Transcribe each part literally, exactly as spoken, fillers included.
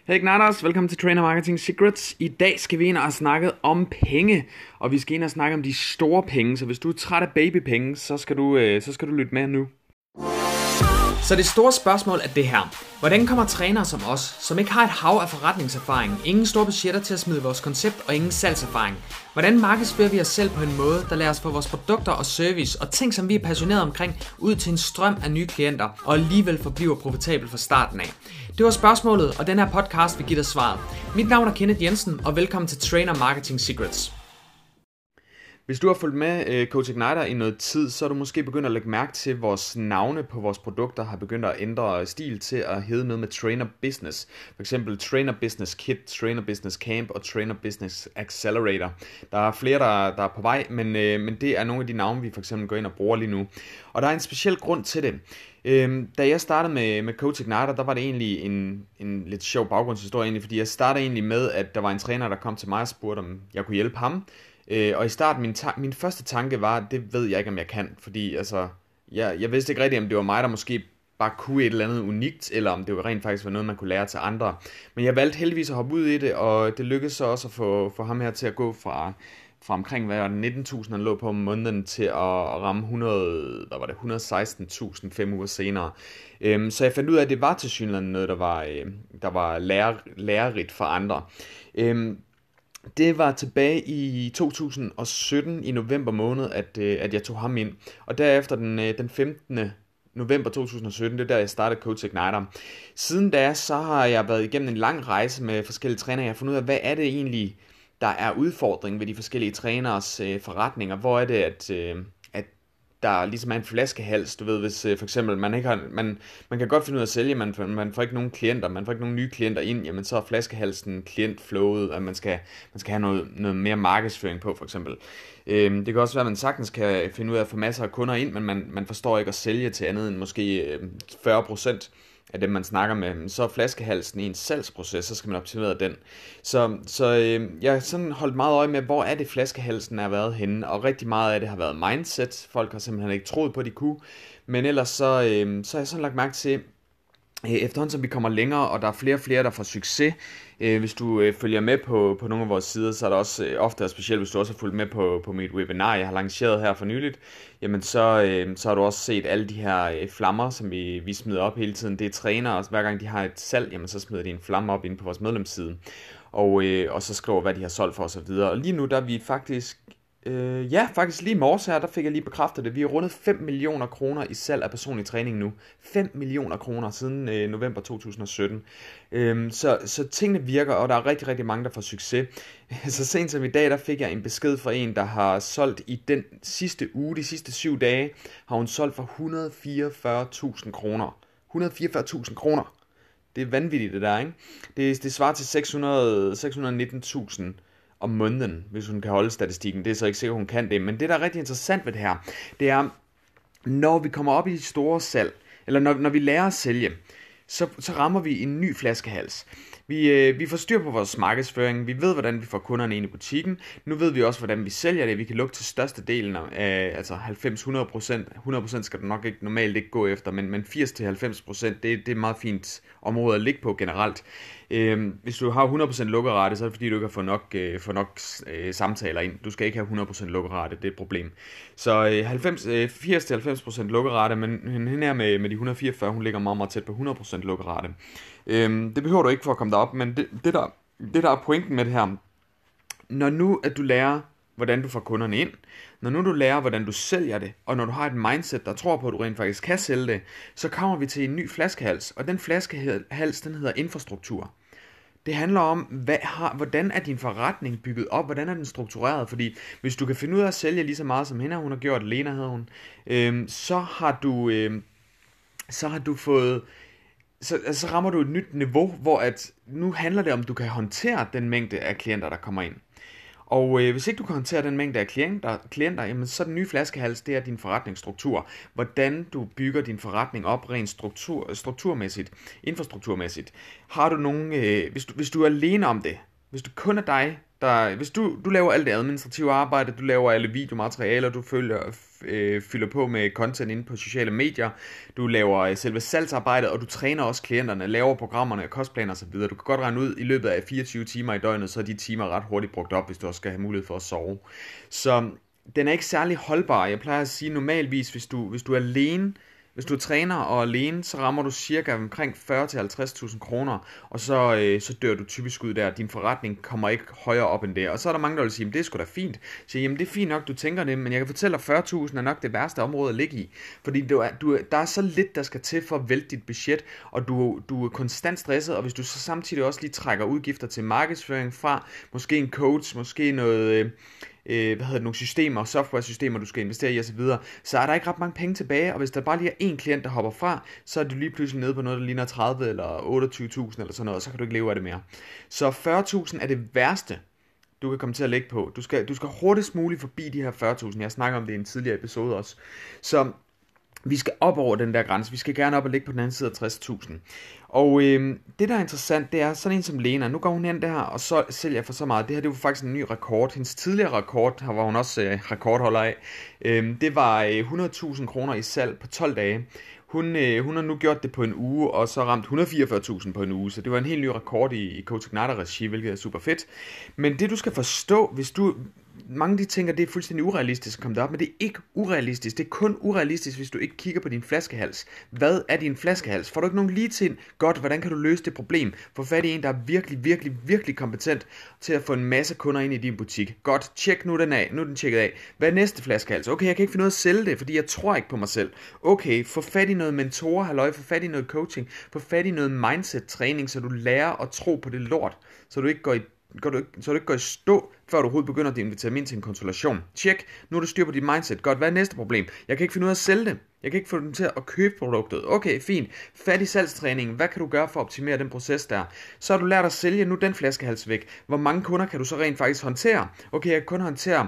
Hey Gnarders, velkommen til Trainer Marketing Secrets. I dag skal vi ind og snakke om penge, og vi skal ind og snakke om de store penge. Så hvis du er træt af babypenge, så skal du, øh, så skal du lytte med nu. Så det store spørgsmål er det her. Hvordan kommer trænere som os, som ikke har et hav af forretningserfaring, ingen store budgetter til at smide vores koncept og ingen salgserfaring, hvordan markedsfører vi os selv på en måde, der lader os få vores produkter og service og ting, som vi er passionerede omkring, ud til en strøm af nye klienter, og alligevel forbliver profitabel fra starten af? Det var spørgsmålet, og den her podcast vil give dig svaret. Mit navn er Kenneth Jensen, og velkommen til Trainer Marketing Secrets. Hvis du har fulgt med uh, Coach Igniter i noget tid, så er du måske begyndt at lægge mærke til, at vores navne på vores produkter har begyndt at ændre stil til at hedde noget med Trainer Business. For eksempel Trainer Business Kit, Trainer Business Camp og Trainer Business Accelerator. Der er flere, der, der er på vej, men, uh, men det er nogle af de navne, vi for eksempel går ind og bruger lige nu. Og der er en speciel grund til det. Øhm, da jeg startede med, med Coach Igniter, der var det egentlig en, en lidt sjov baggrundshistorie, egentlig, fordi jeg startede egentlig med, at der var en træner, der kom til mig og spurgte, om jeg kunne hjælpe ham. Øh, og i starten, min, ta- min første tanke var, det ved jeg ikke, om jeg kan, fordi altså, jeg, jeg vidste ikke rigtigt, om det var mig, der måske bare kunne et eller andet unikt, eller om det var rent faktisk var noget, man kunne lære til andre. Men jeg valgte heldigvis at hoppe ud i det, og det lykkedes så også at få, få ham her til at gå fra, fra omkring hvad var det, nitten tusind, han lå på om måneden, til at ramme hundrede, hvad var det, et hundrede og seksten tusind fem uger senere. Øhm, så jeg fandt ud af, at det var tilsyneladende noget, der var, øh, der var lærer, lærerigt for andre. Øhm, Det var tilbage i to tusind og sytten i november måned, at, at jeg tog ham ind. Og derefter den, den femtende november to tusind og sytten, det er der jeg startede Coach Igniter. Siden da, så har jeg været igennem en lang rejse med forskellige trænere. Jeg har fundet ud af, hvad er det egentlig, der er udfordringen ved de forskellige træneres øh, forretninger. Hvor er det, at... Øh, der ligesom er en flaskehals, du ved, hvis øh, for eksempel man ikke har, man, man kan godt finde ud af at sælge, man, man får ikke nogen klienter, man får ikke nogen nye klienter ind, jamen så er flaskehalsen klientflowet, at man skal, man skal have noget, noget mere markedsføring på, for eksempel. Øhm, det kan også være, at man sagtens kan finde ud af at få masser af kunder ind, men man, man forstår ikke at sælge til andet end måske øh, fyrre procent af dem, man snakker med. Så er flaskehalsen i en salgsproces, så skal man optimere den. Så, så øh, jeg har sådan holdt meget øje med, hvor er det flaskehalsen er været henne, og rigtig meget af det har været mindset. Folk har simpelthen ikke troet på, at de kunne. Men ellers så, øh, så har jeg sådan lagt mærke til, efterhånden som vi kommer længere, og der er flere og flere, der får succes. Hvis du følger med på, på nogle af vores sider, så er der også ofte, og specielt hvis du også har fulgt med på, på mit webinar, jeg har lanceret her for nyligt, jamen så, så har du også set alle de her flammer, som vi, vi smider op hele tiden. Det er trænere, og hver gang de har et salg, jamen så smider de en flamme op inde på vores medlemsside, og, og så skriver, hvad de har solgt for osv. Og lige nu, der er vi faktisk... Øh, ja, faktisk lige i morges her, der fik jeg lige bekræftet det. Vi har rundet fem millioner kroner i salg af personlig træning nu. fem millioner kroner siden øh, november to tusind og sytten. Øh, så, så tingene virker, og der er rigtig, rigtig mange, der får succes. Så sent som i dag, der fik jeg en besked fra en, der har solgt i den sidste uge, de sidste syv dage, har hun solgt for et hundrede og fireogfyrre tusind kroner. et hundrede og fireogfyrre tusind kroner. Det er vanvittigt, det der, ikke? Det, det svarer til seks hundrede, seks hundrede og nitten tusind om måneden, hvis hun kan holde statistikken. Det er så ikke sikkert, hun kan det. Men det, der er rigtig interessant ved det her, det er, når vi kommer op i de store salg, eller når, når vi lærer at sælge, så, så rammer vi en ny flaskehals. Vi, øh, vi får styr på vores markedsføring, vi ved, hvordan vi får kunderne ind i butikken, nu ved vi også, hvordan vi sælger det, vi kan lukke til størstedelen af, altså halvfems til hundrede procent, hundrede procent skal du nok ikke normalt ikke gå efter, men, men firs til halvfems procent, det, det er et meget fint område at ligge på generelt. Øh, hvis du har hundrede procent lukkerate, så er det fordi, du ikke har fået nok, øh, fået nok øh, samtaler ind. Du skal ikke have hundrede procent lukkerate, det er et problem. Så øh, halvfems, øh, firs til halvfems procent lukkerate, men hende her med, med de et hundrede og fireogfyrre, hun ligger meget, meget tæt på hundrede procent lukkerate. Øh, det behøver du ikke for at komme derop, men det, det, der, det der er pointen med det her, når nu at du lærer, hvordan du får kunderne ind, når nu du lærer, hvordan du sælger det, og når du har et mindset, der tror på, at du rent faktisk kan sælge det, så kommer vi til en ny flaskehals, og den flaskehals, den hedder infrastruktur. Det handler om, hvad har, hvordan er din forretning bygget op, hvordan er den struktureret, fordi hvis du kan finde ud af at sælge lige så meget, som hende hun har gjort, Lena havde hun, øhm, så har du, øhm, så har du fået, så, så rammer du et nyt niveau, hvor at nu handler det om, at du kan håndtere den mængde af klienter, der kommer ind. Og øh, hvis ikke du kan håndtere den mængde af klienter, klienter jamen, så er den nye flaskehals, det er din forretningsstruktur. Hvordan du bygger din forretning op rent struktur, strukturmæssigt, infrastrukturmæssigt. Har du nogen, øh, hvis, du, hvis du er alene om det, hvis du kun er dig, der, hvis du, du laver alt det administrative arbejde, du laver alle videomaterialer, du følger, øh, fylder på med content inde på sociale medier, du laver øh, selve salgsarbejdet, og du træner også klienterne, laver programmerne, kostplaner osv. Du kan godt regne ud, i løbet af fireogtyve timer i døgnet, så er de timer ret hurtigt brugt op, hvis du også skal have mulighed for at sove. Så den er ikke særlig holdbar. Jeg plejer at sige normalvis, hvis du, hvis du er alene, hvis du er træner og alene, så rammer du cirka omkring fyrre til halvtreds tusind kroner, og så, øh, så dør du typisk ud der. Din forretning kommer ikke højere op end det. Og så er der mange, der vil sige, det er sgu da fint. Så jamen det er fint nok, du tænker det, men jeg kan fortælle dig, fyrre tusind er nok det værste område at ligge i. Fordi du er, du, der er så lidt, der skal til for at vælte dit budget, og du, du er konstant stresset, og hvis du så samtidig også lige trækker udgifter til markedsføring fra, måske en coach, måske noget... Øh, Øh, hvad hedder det, nogle systemer, software-systemer, du skal investere i osv., så, så er der ikke ret mange penge tilbage, og hvis der bare lige er én klient, der hopper fra, så er du lige pludselig nede på noget, der ligner tredive eller otteogtyve tusind eller sådan noget, og så kan du ikke leve af det mere. Så fyrre tusind er det værste, du kan komme til at lægge på. Du skal, du skal hurtigst muligt forbi de her fyrre tusind. Jeg snakker om det i en tidligere episode også. Så vi skal op over den der grænse. Vi skal gerne op og ligge på den anden side af tres tusind. Og øh, det der er interessant, det er sådan en som Lena. Nu går hun hen der, og så sælger for så meget. Det her det var faktisk en ny rekord. Hendes tidligere rekord, her var hun også øh, rekordholder af. Øh, det var øh, hundrede tusind kroner i salg på tolv dage. Hun, øh, hun har nu gjort det på en uge, og så ramt et hundrede og fireogfyrre tusind på en uge. Så det var en helt ny rekord i, i Coach Igniter-regi, hvilket er super fedt. Men det du skal forstå, hvis du... Mange de tænker, det er fuldstændig urealistisk at komme derop, men det er ikke urealistisk. Det er kun urealistisk, hvis du ikke kigger på din flaskehals. Hvad er din flaskehals? Får du ikke nogen lige til, godt, hvordan kan du løse det problem? Få fat i en, der er virkelig, virkelig, virkelig kompetent til at få en masse kunder ind i din butik. Godt, tjek nu den af. Nu er den tjekket af. Hvad er næste flaskehals? Okay, jeg kan ikke finde ud af at sælge det, fordi jeg tror ikke på mig selv. Okay, få fat i noget mentor, halløj, få fat i noget coaching, få fat i noget mindset-træning, så du lærer at tro på det lort, så du ikke går i Går du ikke, så du ikke går i stå, før du overhovedet begynder at invitere dem ind til en konsultation. Tjek, nu er du styr på dit mindset. Godt, hvad er næste problem? Jeg kan ikke finde ud af at sælge det. Jeg kan ikke få dem til at købe produktet. Okay, fint. Fat i salgstræningen. Hvad kan du gøre for at optimere den proces der? Så har du lært at sælge, nu den flaskehals væk. Hvor mange kunder kan du så rent faktisk håndtere? Okay, jeg kan kun håndtere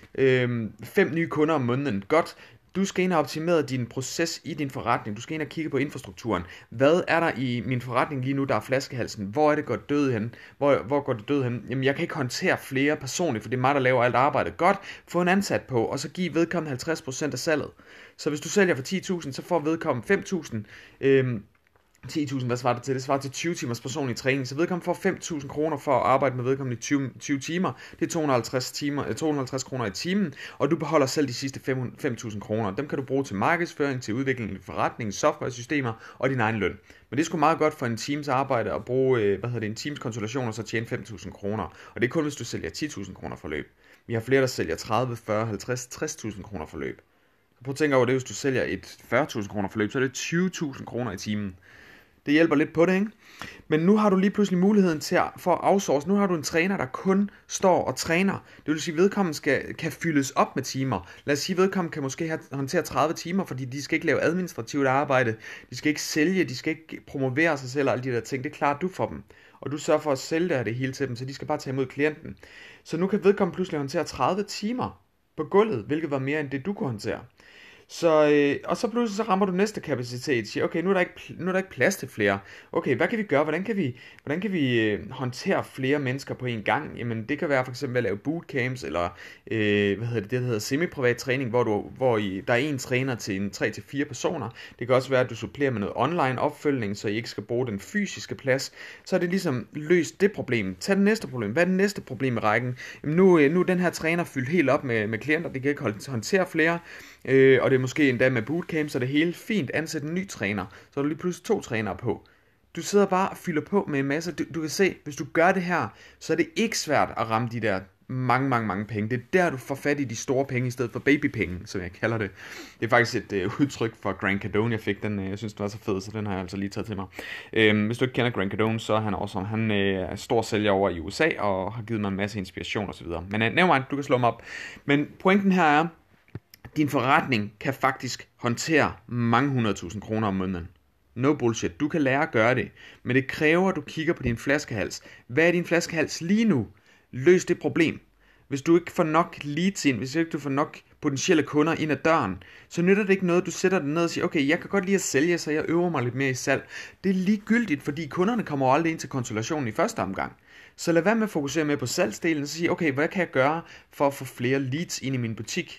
øh, fem nye kunder om måneden. Godt. Du skal ind og optimere din proces i din forretning. Du skal ind og kigge på infrastrukturen. Hvad er der i min forretning lige nu, der er flaskehalsen? Hvor er det godt død hen? Hvor, hvor går det død hen? Jamen, jeg kan ikke håndtere flere personligt, for det er mig, der laver alt arbejdet. Godt, få en ansat på, og så giv vedkommende halvtreds procent af salget. Så hvis du sælger for ti tusind, så får vedkommende fem tusind. Øhm, ti tusind, hvad svarer det til? Det svarer til tyve timers personlig træning. Så vedkommende får fem tusind kroner for at arbejde med vedkommende i tyve, tyve timer. Det er to hundrede og halvtreds, timer, to hundrede og halvtreds kroner i timen, og du beholder selv de sidste fem tusind kroner. Dem kan du bruge til markedsføring, til udvikling af forretning, software-systemer og din egen løn. Men det er sgu meget godt for en teams arbejde at bruge, hvad hedder det, en teams konsultation og så tjene fem tusind kroner. Og det er kun, hvis du sælger ti tusind kroner forløb. Vi har flere, der sælger tredive, fyrre, halvtreds, tres tusind kroner forløb. Prøv at tænke over det, hvis du sælger et fyrre tusind kroner forløb, så er det tyve tusind kroner i timen. Det hjælper lidt på det, ikke? Men nu har du lige pludselig muligheden til at, for at outsource. Nu har du en træner, der kun står og træner. Det vil sige, at vedkommende skal, kan fyldes op med timer. Lad os sige, at vedkommende kan måske have, håndtere tredive timer, fordi de skal ikke lave administrativt arbejde. De skal ikke sælge, de skal ikke promovere sig selv og alle de der ting. Det klarer du for dem. Og du sørger for at sælge det, det hele til dem, så de skal bare tage imod klienten. Så nu kan vedkommende pludselig håndtere tredive timer på gulvet, hvilket var mere end det, du kunne håndtere. Så, øh, og så pludselig så rammer du næste kapacitet. Siger, okay, nu er, der ikke, nu er der ikke plads til flere. Okay, hvad kan vi gøre? Hvordan kan vi, hvordan kan vi øh, håndtere flere mennesker på en gang? Jamen, det kan være for eksempel at lave bootcamps, eller øh, hvad hedder det, det hedder semi-privat træning, hvor, du, hvor I, der er en træner til en tre til fire personer. Det kan også være, at du supplerer med noget online opfølgning, så I ikke skal bruge den fysiske plads. Så er det ligesom løst det problem. Tag det næste problem. Hvad er det næste problem i rækken? Jamen, nu, øh, nu er den her træner fyldt helt op med, med klienter. Det kan ikke håndtere flere. Øh, og det er måske endda med bootcamp, så det er helt fint. Ansæt en ny træner, så er du lige pludselig to trænere på. Du sidder bare og fylder på med en masse. Du, du kan se, hvis du gør det her, så er det ikke svært at ramme de der mange, mange, mange penge. Det er der, du får fat i de store penge, i stedet for babypenge, som jeg kalder det. Det er faktisk et øh, udtryk for Grant Cardone, jeg fik den. Øh, jeg synes, den var så fed, så den har jeg altså lige taget til mig. Øh, hvis du ikke kender Grant Cardone, så er han også han øh, er stor sælger over i U S A, og har givet mig en masse inspiration osv. Men øh, nevermind, du kan slå mig op. Men pointen her er, din forretning kan faktisk håndtere mange hundrede tusind kroner om måneden. No bullshit. Du kan lære at gøre det. Men det kræver, at du kigger på din flaskehals. Hvad er din flaskehals lige nu? Løs det problem. Hvis du ikke får nok leads ind, hvis ikke du får nok potentielle kunder ind ad døren, så nytter det ikke noget, du sætter dig ned og siger, okay, jeg kan godt lide at sælge, så jeg øver mig lidt mere i salg. Det er ligegyldigt, fordi kunderne kommer aldrig ind til konsultationen i første omgang. Så lad være med at fokusere mere på salgsdelen, og så sige, okay, hvad kan jeg gøre for at få flere leads ind i min butik?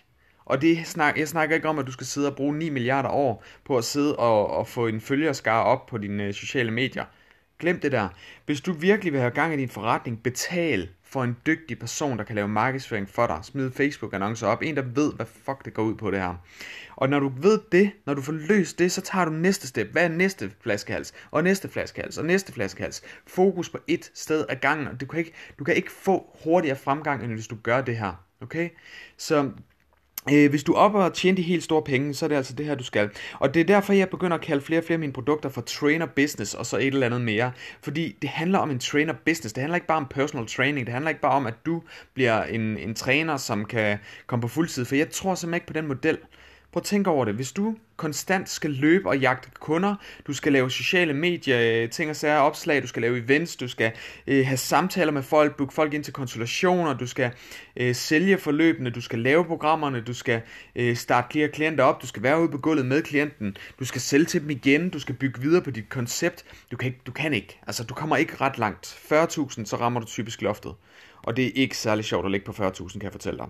Og det snak, jeg snakker ikke om, at du skal sidde og bruge ni milliarder år på at sidde og, og få en følgerskare op på dine øh, sociale medier. Glem det der. Hvis du virkelig vil have gang i din forretning, betal for en dygtig person, der kan lave markedsføring for dig. Smid Facebook-annoncer op. En, der ved, hvad fuck det går ud på det her. Og når du ved det, når du får løst det, så tager du næste step. Hvad er næste flaskehals? Og næste flaskehals? Og næste flaskehals? Fokus på et sted ad gangen. Og du kan ikke, du kan ikke få hurtigere fremgang, end hvis du gør det her. Okay? Så Øh, hvis du er oppe og tjener de helt store penge, så er det altså det her, du skal. Og det er derfor, jeg begynder at kalde flere og flere af mine produkter for trainer business, og så et eller andet mere. Fordi det handler om en trainer business. Det handler ikke bare om personal training. Det handler ikke bare om, at du bliver en, en træner, som kan komme på fuldtid. For jeg tror simpelthen ikke på den model. Prøv at tænke over det. Hvis du konstant skal løbe og jagte kunder, du skal lave sociale medier, ting og sager, opslag, du skal lave events, du skal øh, have samtaler med folk, booke folk ind til konsultationer, du skal øh, sælge forløbene, du skal lave programmerne, du skal øh, starte flere klienter op, du skal være ude på gulvet med klienten, du skal sælge til dem igen, du skal bygge videre på dit koncept. Du kan ikke, du kan ikke. Altså, du kommer ikke ret langt. fyrre tusind, så rammer du typisk loftet. Og det er ikke særlig sjovt at ligge på fyrre tusind, kan jeg fortælle dig.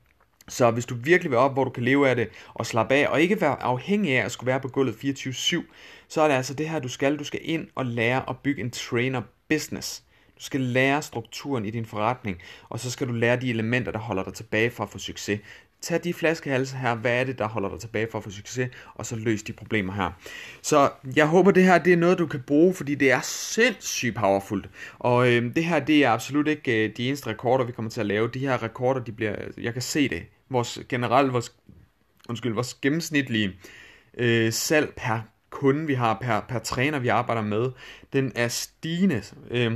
Så hvis du virkelig vil op, hvor du kan leve af det og slappe af, og ikke være afhængig af at skulle være på gulvet fireogtyve syv, så er det altså det her, du skal. Du skal ind og lære at bygge en trainer business. Du skal lære strukturen i din forretning, og så skal du lære de elementer, der holder dig tilbage fra at få succes. Tag de flaskehalse her, hvad er det, der holder dig tilbage fra at få succes, og så løs de problemer her. Så jeg håber, det her det er noget, du kan bruge, fordi det er sindssygt powerfult. Og øh, det her, det er absolut ikke øh, de eneste rekorder, vi kommer til at lave. De her rekorder, de bliver, jeg kan se det. Vores generelt, vores, undskyld, vores gennemsnitlige øh, salg per kunde, vi har, per, per træner, vi arbejder med, den er stigende. Øh,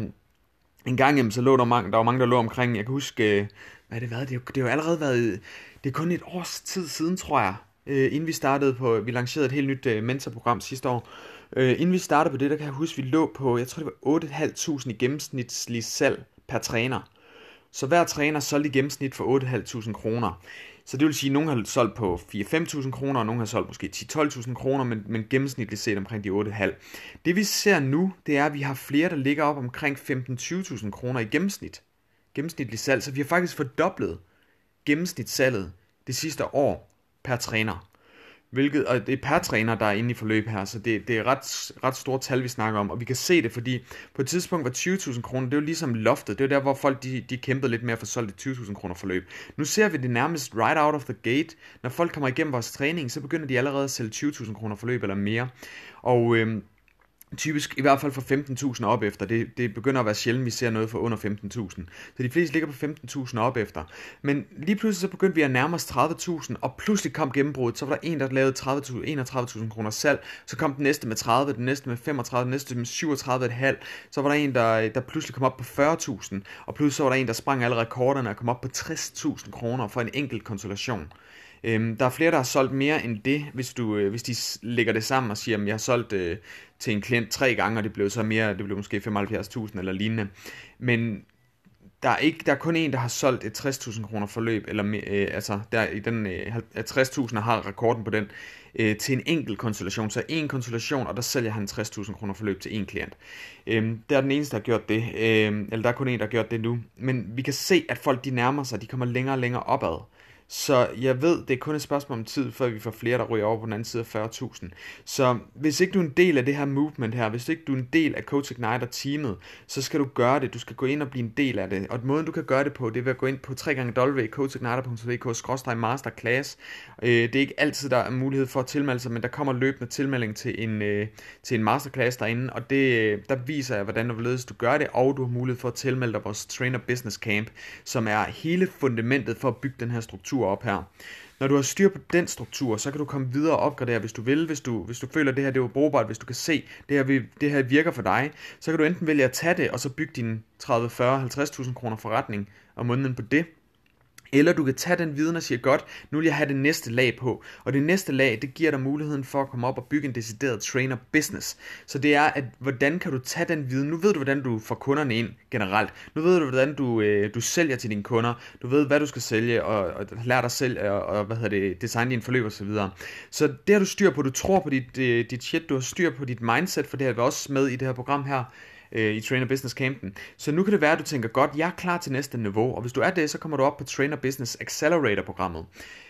en gang imellem, så lå der mange, der var mange, der lå omkring, jeg kan huske, øh, hvad er det været? Det har jo allerede været, det er kun et års tid siden, tror jeg, øh, inden vi startede på, vi lancerede et helt nyt øh, mentorprogram sidste år. Øh, inden vi startede på det, der kan jeg huske, vi lå på, jeg tror det var otte tusind fem hundrede i gennemsnitlig salg per træner. Så hver træner solgte i gennemsnit for otte tusind fem hundrede kroner. Så det vil sige, at nogen har solgt på fire til fem tusind kroner, og nogen har solgt måske ti til tolv tusind kroner, men, men gennemsnitligt set omkring de otte komma fem. Det vi ser nu, det er, at vi har flere, der ligger op omkring femten til tyve tusind kroner i gennemsnit. Gennemsnitlig salg, så vi har faktisk fordoblet gennemsnitssalget det sidste år per træner. Hvilket, og det er per træner, der er inde i forløb her, så det, det er ret, ret store tal, vi snakker om. Og vi kan se det, fordi på et tidspunkt var tyve tusind kroner, det er jo ligesom loftet. Det er der, hvor folk de, de kæmpede lidt med at få solgt et tyve tusind kroner forløb. Nu ser vi det nærmest right out of the gate. Når folk kommer igennem vores træning, så begynder de allerede at sælge tyve tusind kroner forløb eller mere. Og øhm, typisk i hvert fald for femten tusind op efter. Det, det begynder at være sjældent, vi ser noget for under femten tusind. Så de fleste ligger på femten tusind op efter. Men lige pludselig så begyndte vi at nærme os tredive tusind, og pludselig kom gennembruddet. Så var der en, der lavede enogtredive tusind kroner salg. Så kom den næste med tredive, den næste med femogtredive, den næste med syvogtredive komma fem. Så var der en, der, der pludselig kom op på fyrre tusind. Og pludselig så var der en, der sprang alle rekorderne og kom op på tres tusind kroner for en enkelt konsultation. Øhm, der er flere, der har solgt mere end det, hvis, du, øh, hvis de lægger det sammen og siger, at jeg har solgt øh, til en klient tre gange, og det blev så mere, det blev måske femoghalvfjerds tusind eller lignende. Men der er, ikke, der er kun en, der har solgt et tres tusind kroner forløb, eller øh, altså der i den øh, tres tusind har rekorden på den, øh, til en enkelt konsultation. Så en konsultation, og der sælger han tres tusind kroner forløb til en klient. Øh, der er den eneste, der har gjort det, øh, eller der er kun en, der har gjort det nu. Men vi kan se, at folk de nærmer sig, de kommer længere og længere opad. Så jeg ved, det er kun et spørgsmål om tid, før vi får flere, der ryger over på den anden side af fyrre tusind. Så hvis ikke du er en del af det her movement her, hvis ikke du er en del af Coach Igniter-teamet, så skal du gøre det. Du skal gå ind og blive en del af det. Og måden du kan gøre det på, det er ved at gå ind på w w w punktum coach igniter punktum d k skråstreg masterclass. Det er ikke altid, der er mulighed for at tilmelde sig, men der kommer løbende tilmelding til en, til en masterclass derinde. Og det, der viser jeg, hvordan du vil du gør det, og du har mulighed for at tilmelde dig vores Trainer Business Camp, som er hele fundamentet for at bygge den her struktur op her. Når du har styr på den struktur, så kan du komme videre og opgradere, hvis du vil. Hvis du, hvis du føler, at det her det er brugbart, hvis du kan se, at det her, det her virker for dig, så kan du enten vælge at tage det, og så bygge din tredive, fyrre, halvtreds tusind kroner forretning om måneden på det. Eller du kan tage den viden og sige, godt, nu vil jeg have det næste lag på. Og det næste lag, det giver dig muligheden for at komme op og bygge en decideret trainer business. Så det er, at hvordan kan du tage den viden? Nu ved du, hvordan du får kunderne ind generelt. Nu ved du, hvordan du, øh, du sælger til dine kunder. Du ved, hvad du skal sælge, og, og lære dig selv, og, og hvad hedder det, designe dine forløb og så videre. Så det har du styr på. Du tror på dit, øh, dit shit, du har styr på dit mindset, for det har vi også med i det her program her, i Trainer Business Campen. Så nu kan det være, at du tænker, godt, jeg er klar til næste niveau, og hvis du er det, så kommer du op på Trainer Business Accelerator programmet.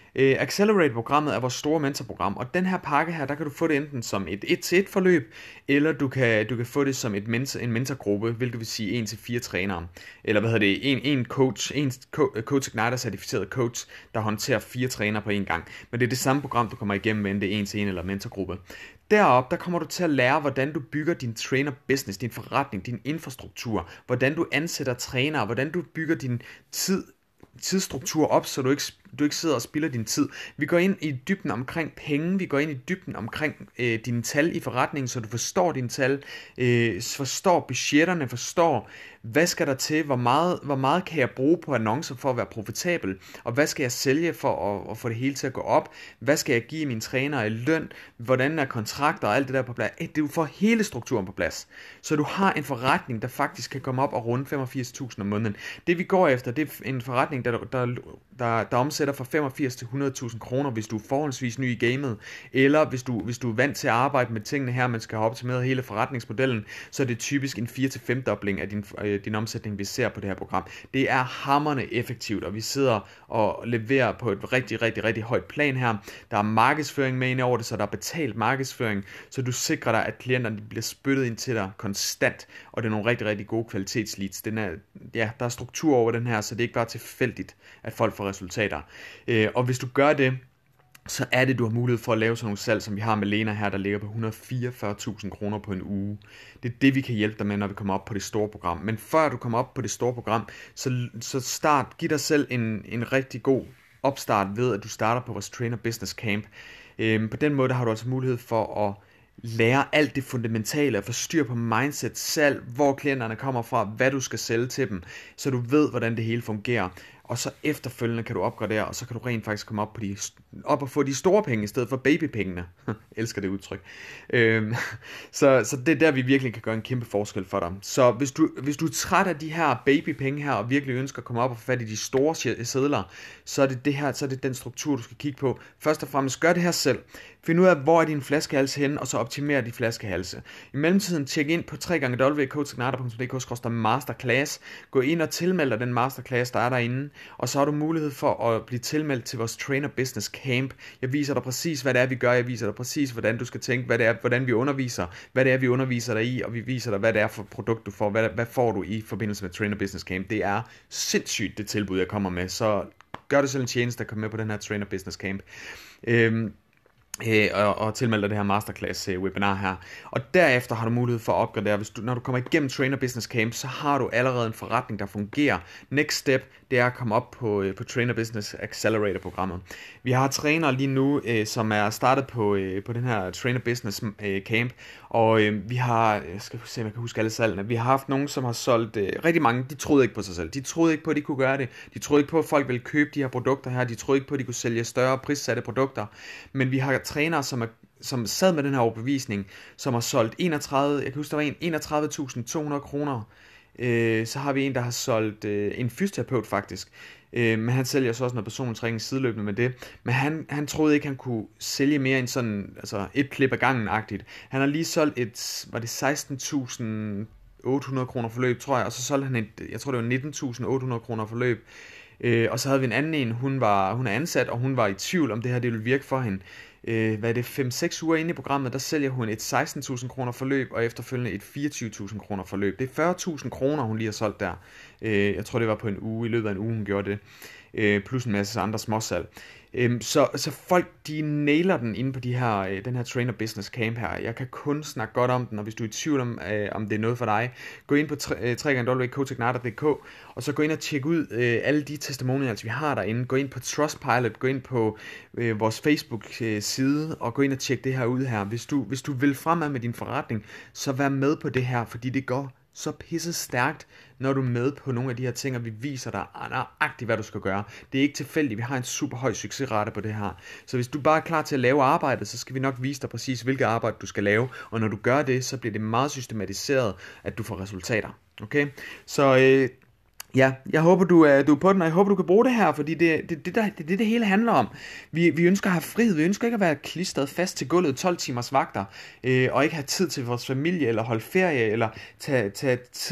Øh, Accelerate-programmet er vores store mentorprogram, og den her pakke her, der kan du få det enten som et et-til-et forløb, eller du kan, du kan få det som et mentor, en mentorgruppe, hvilket vil sige en til fire trænere, eller hvad hedder det, en, en coach, en Coach Igniter certificeret coach, der håndterer fire trænere på en gang. Men det er det samme program, du kommer igennem, enten det er en til en eller mentorgruppe. Derop, der kommer du til at lære, hvordan du bygger din trainer business, din forretning, din infrastruktur, hvordan du ansætter trænere, hvordan du bygger din tid, tidsstruktur op, så du ikke, du ikke sidder og spilder din tid. Vi går ind i dybden omkring penge, vi går ind i dybden omkring øh, dine tal i forretningen, så du forstår dine tal, øh, forstår budgetterne, forstår, hvad skal der til, hvor meget, hvor meget kan jeg bruge på annoncer for at være profitabel, og hvad skal jeg sælge for at, at få det hele til at gå op, hvad skal jeg give mine trænere i løn, hvordan er kontrakter og alt det der på plads. Du får hele strukturen på plads, så du har en forretning, der faktisk kan komme op og runde femogfirs tusind om måneden. Det vi går efter, det er en forretning, der, der, der, der omsætter fra femogfirs til hundrede tusind kroner, hvis du er forholdsvis ny i gamet, eller hvis du, hvis du er vant til at arbejde med tingene her, man skal have optimeret hele forretningsmodellen, så er det typisk en fire til fem dobling af din, øh, din omsætning, vi ser på det her program. Det er hamrende effektivt, og vi sidder og leverer på et rigtig, rigtig, rigtig højt plan her. Der er markedsføring med ind over det, så der er betalt markedsføring, så du sikrer dig, at klienterne bliver spyttet ind til dig konstant, og det er nogle rigtig, rigtig gode kvalitetsleads. Den er, ja, der er struktur over den her, så det er ikke bare tilfældigt, at folk får resultater. Øh, og hvis du gør det, så er det, du har mulighed for at lave sådan nogle salg, som vi har med Lena her, der ligger på et hundrede og fireogfyrre tusind kroner på en uge. Det er det, vi kan hjælpe dig med, når vi kommer op på det store program. Men før du kommer op på det store program, så, så start, giv dig selv en, en rigtig god opstart ved, at du starter på vores Trainer Business Camp. Øhm, på den måde har du altså mulighed for at lære alt det fundamentale, at få styr på mindset, salg, hvor klienterne kommer fra, hvad du skal sælge til dem, så du ved, hvordan det hele fungerer. Og så efterfølgende kan du opgradere, og så kan du rent faktisk komme op, på de, op og få de store penge, i stedet for babypengene. Jeg elsker det udtryk. Øhm, så, så det er der, vi virkelig kan gøre en kæmpe forskel for dig. Så hvis du, hvis du er træt af de her babypenge her, og virkelig ønsker at komme op og få fat i de store sedler, så er det, det her, så er det den struktur, du skal kigge på. Først og fremmest, gør det her selv. Find ud af, hvor er din flaskehals henne, og så optimer de flaskehalse. I mellemtiden, tjek ind på w w w punktum coach igniter punktum d k skråstreg masterclass. Gå ind og tilmeld dig den masterclass, der er derinde. Og så har du mulighed for at blive tilmeldt til vores Trainer Business Camp. Jeg viser dig præcis, hvad det er, vi gør. Jeg viser dig præcis, hvordan du skal tænke, hvad det er, hvordan vi underviser, hvad det er, vi underviser dig i, og vi viser dig, hvad det er for produkt, du får. Hvad, hvad får du i forbindelse med Trainer Business Camp? Det er sindssygt, det tilbud, jeg kommer med. Så gør det selv en tjeneste at komme med på den her Trainer Business Camp. Øhm, Øh, og, og tilmelde dig det her masterclass øh, webinar her. Og derefter har du mulighed for at opgradere. Hvis du, når du kommer igennem Trainer Business Camp, så har du allerede en forretning, der fungerer. Next step, det er at komme op på, øh, på Trainer Business Accelerator programmet. Vi har trænere lige nu, øh, som er startet på, øh, på den her Trainer Business øh, Camp. Og øh, vi har, jeg skal se om jeg kan huske alle salgene, vi har haft nogen, som har solgt, øh, rigtig mange, de troede ikke på sig selv. De troede ikke på, at de kunne gøre det. De troede ikke på, at folk ville købe de her produkter her. De troede ikke på, at de kunne sælge større prissatte produkter. Men vi har trænere, som, er, som sad med den her overbevisning, som har solgt enogtredive, jeg kan huske, der var en, enogtredive tusind to hundrede kroner. Øh, så har vi en, der har solgt øh, en fysioterapeut faktisk. Øh, men han sælger så også noget personlig træning sideløbende med det. Men han, han troede ikke, han kunne sælge mere end sådan, altså et klip ad gangen-agtigt. Han har lige solgt et, var det seksten tusind otte hundrede kroner forløb, tror jeg. Og så solgte han et, jeg tror det var nitten tusind otte hundrede kroner forløb. Øh, og så havde vi en anden en, hun, var, hun er ansat, og hun var i tvivl om det her, det ville virke for hende. Øh, hvad er det, fem seks uger inde i programmet, der sælger hun et seksten tusind kroner forløb, og efterfølgende et fireogtyve tusind kroner forløb. Det er fyrre tusind kroner, hun lige har solgt der. Øh, jeg tror, det var på en uge, i løbet af en uge, hun gjorde det. Øh, plus en masse andre småsalg. Øhm, så, så folk, de nailer den inde på de her, øh, den her Trainer Business Camp her. Jeg kan kun snakke godt om den, og hvis du er i tvivl om, øh, om det er noget for dig, gå ind på w w w punktum coach igniter punktum d k, og så gå ind og tjek ud øh, alle de testimonials, vi har derinde. Gå ind på Trustpilot, gå ind på øh, vores Facebook-side, og gå ind og tjek det her ud her. Hvis du, hvis du vil fremad med din forretning, så vær med på det her, fordi det går så pisse stærkt, når du er med på nogle af de her ting, og vi viser dig nøjagtigt, hvad du skal gøre. Det er ikke tilfældigt, vi har en super høj succesrate på det her. Så hvis du bare er klar til at lave arbejdet, så skal vi nok vise dig præcis, hvilket arbejde du skal lave, og når du gør det, så bliver det meget systematiseret, at du får resultater. Okay? Så øh, ja, jeg håber, du er, du er på den, og jeg håber, du kan bruge det her, fordi det er det, det, det, det, det hele handler om. Vi, vi ønsker at have frihed, vi ønsker ikke at være klistret fast til gulvet tolv timers vagter, øh, og ikke have tid til vores familie, eller holde ferie, eller tage, tage tid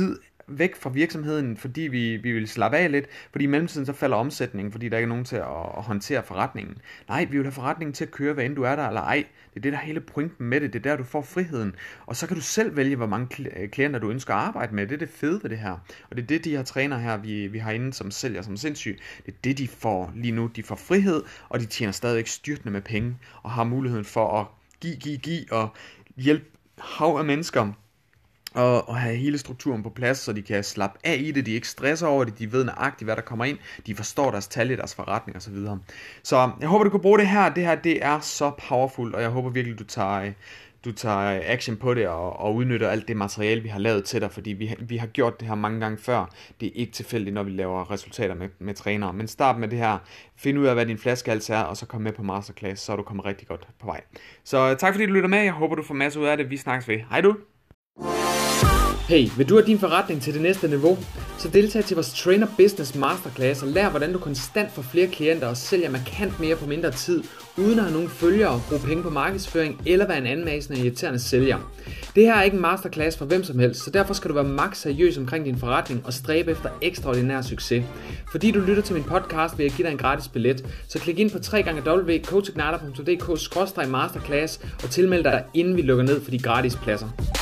væk fra virksomheden, fordi vi, vi vil slappe af lidt, fordi i mellemtiden så falder omsætningen, fordi der ikke er nogen til at, at håndtere forretningen. Nej, vi vil have forretningen til at køre, hvad end du er der eller ej. Det er det, der er hele pointen med det. Det er der, du får friheden. Og så kan du selv vælge, hvor mange klienter du ønsker at arbejde med. Det er det fede ved det her. Og det er det, de her trænere her, vi, vi har inde, som sælger som sindssygt. Det er det, de får lige nu. De får frihed, og de tjener stadigvæk styrtende med penge, og har muligheden for at give, give, give, og hjælpe hav af mennesker, og, og have hele strukturen på plads, så de kan slappe af i det, de ikke stresser over det, de ved nøjagtigt, hvad der kommer ind, de forstår deres tal i deres forretning og så videre. Så jeg håber, du kan bruge det her. Det her, det er så powerful, og jeg håber virkelig, du tager, du tager action på det, og, og udnytter alt det materiale, vi har lavet til dig, fordi vi, vi har gjort det her mange gange før. Det er ikke tilfældigt, når vi laver resultater med, med trænere. Men start med det her. Find ud af, hvad din flaskehals er, og så kom med på masterclass, så er du kommet rigtig godt på vej. Så tak fordi du lytter med. Jeg håber, du får masser ud af det. Vi snakkes ved. Hej du! Hey, vil du have din forretning til det næste niveau? Så deltag til vores Trainer Business Masterclass og lær, hvordan du konstant får flere klienter og sælger markant mere på mindre tid, uden at have nogen følgere, bruge penge på markedsføring eller være en anmasende og irriterende sælger. Det her er ikke en masterclass for hvem som helst, så derfor skal du være maks seriøs omkring din forretning og stræbe efter ekstraordinær succes. Fordi du lytter til min podcast, vil jeg give dig en gratis billet, så klik ind på w w w punktum coach igniter punktum d k skråstreg masterclass og tilmeld dig, inden vi lukker ned for de gratis pladser.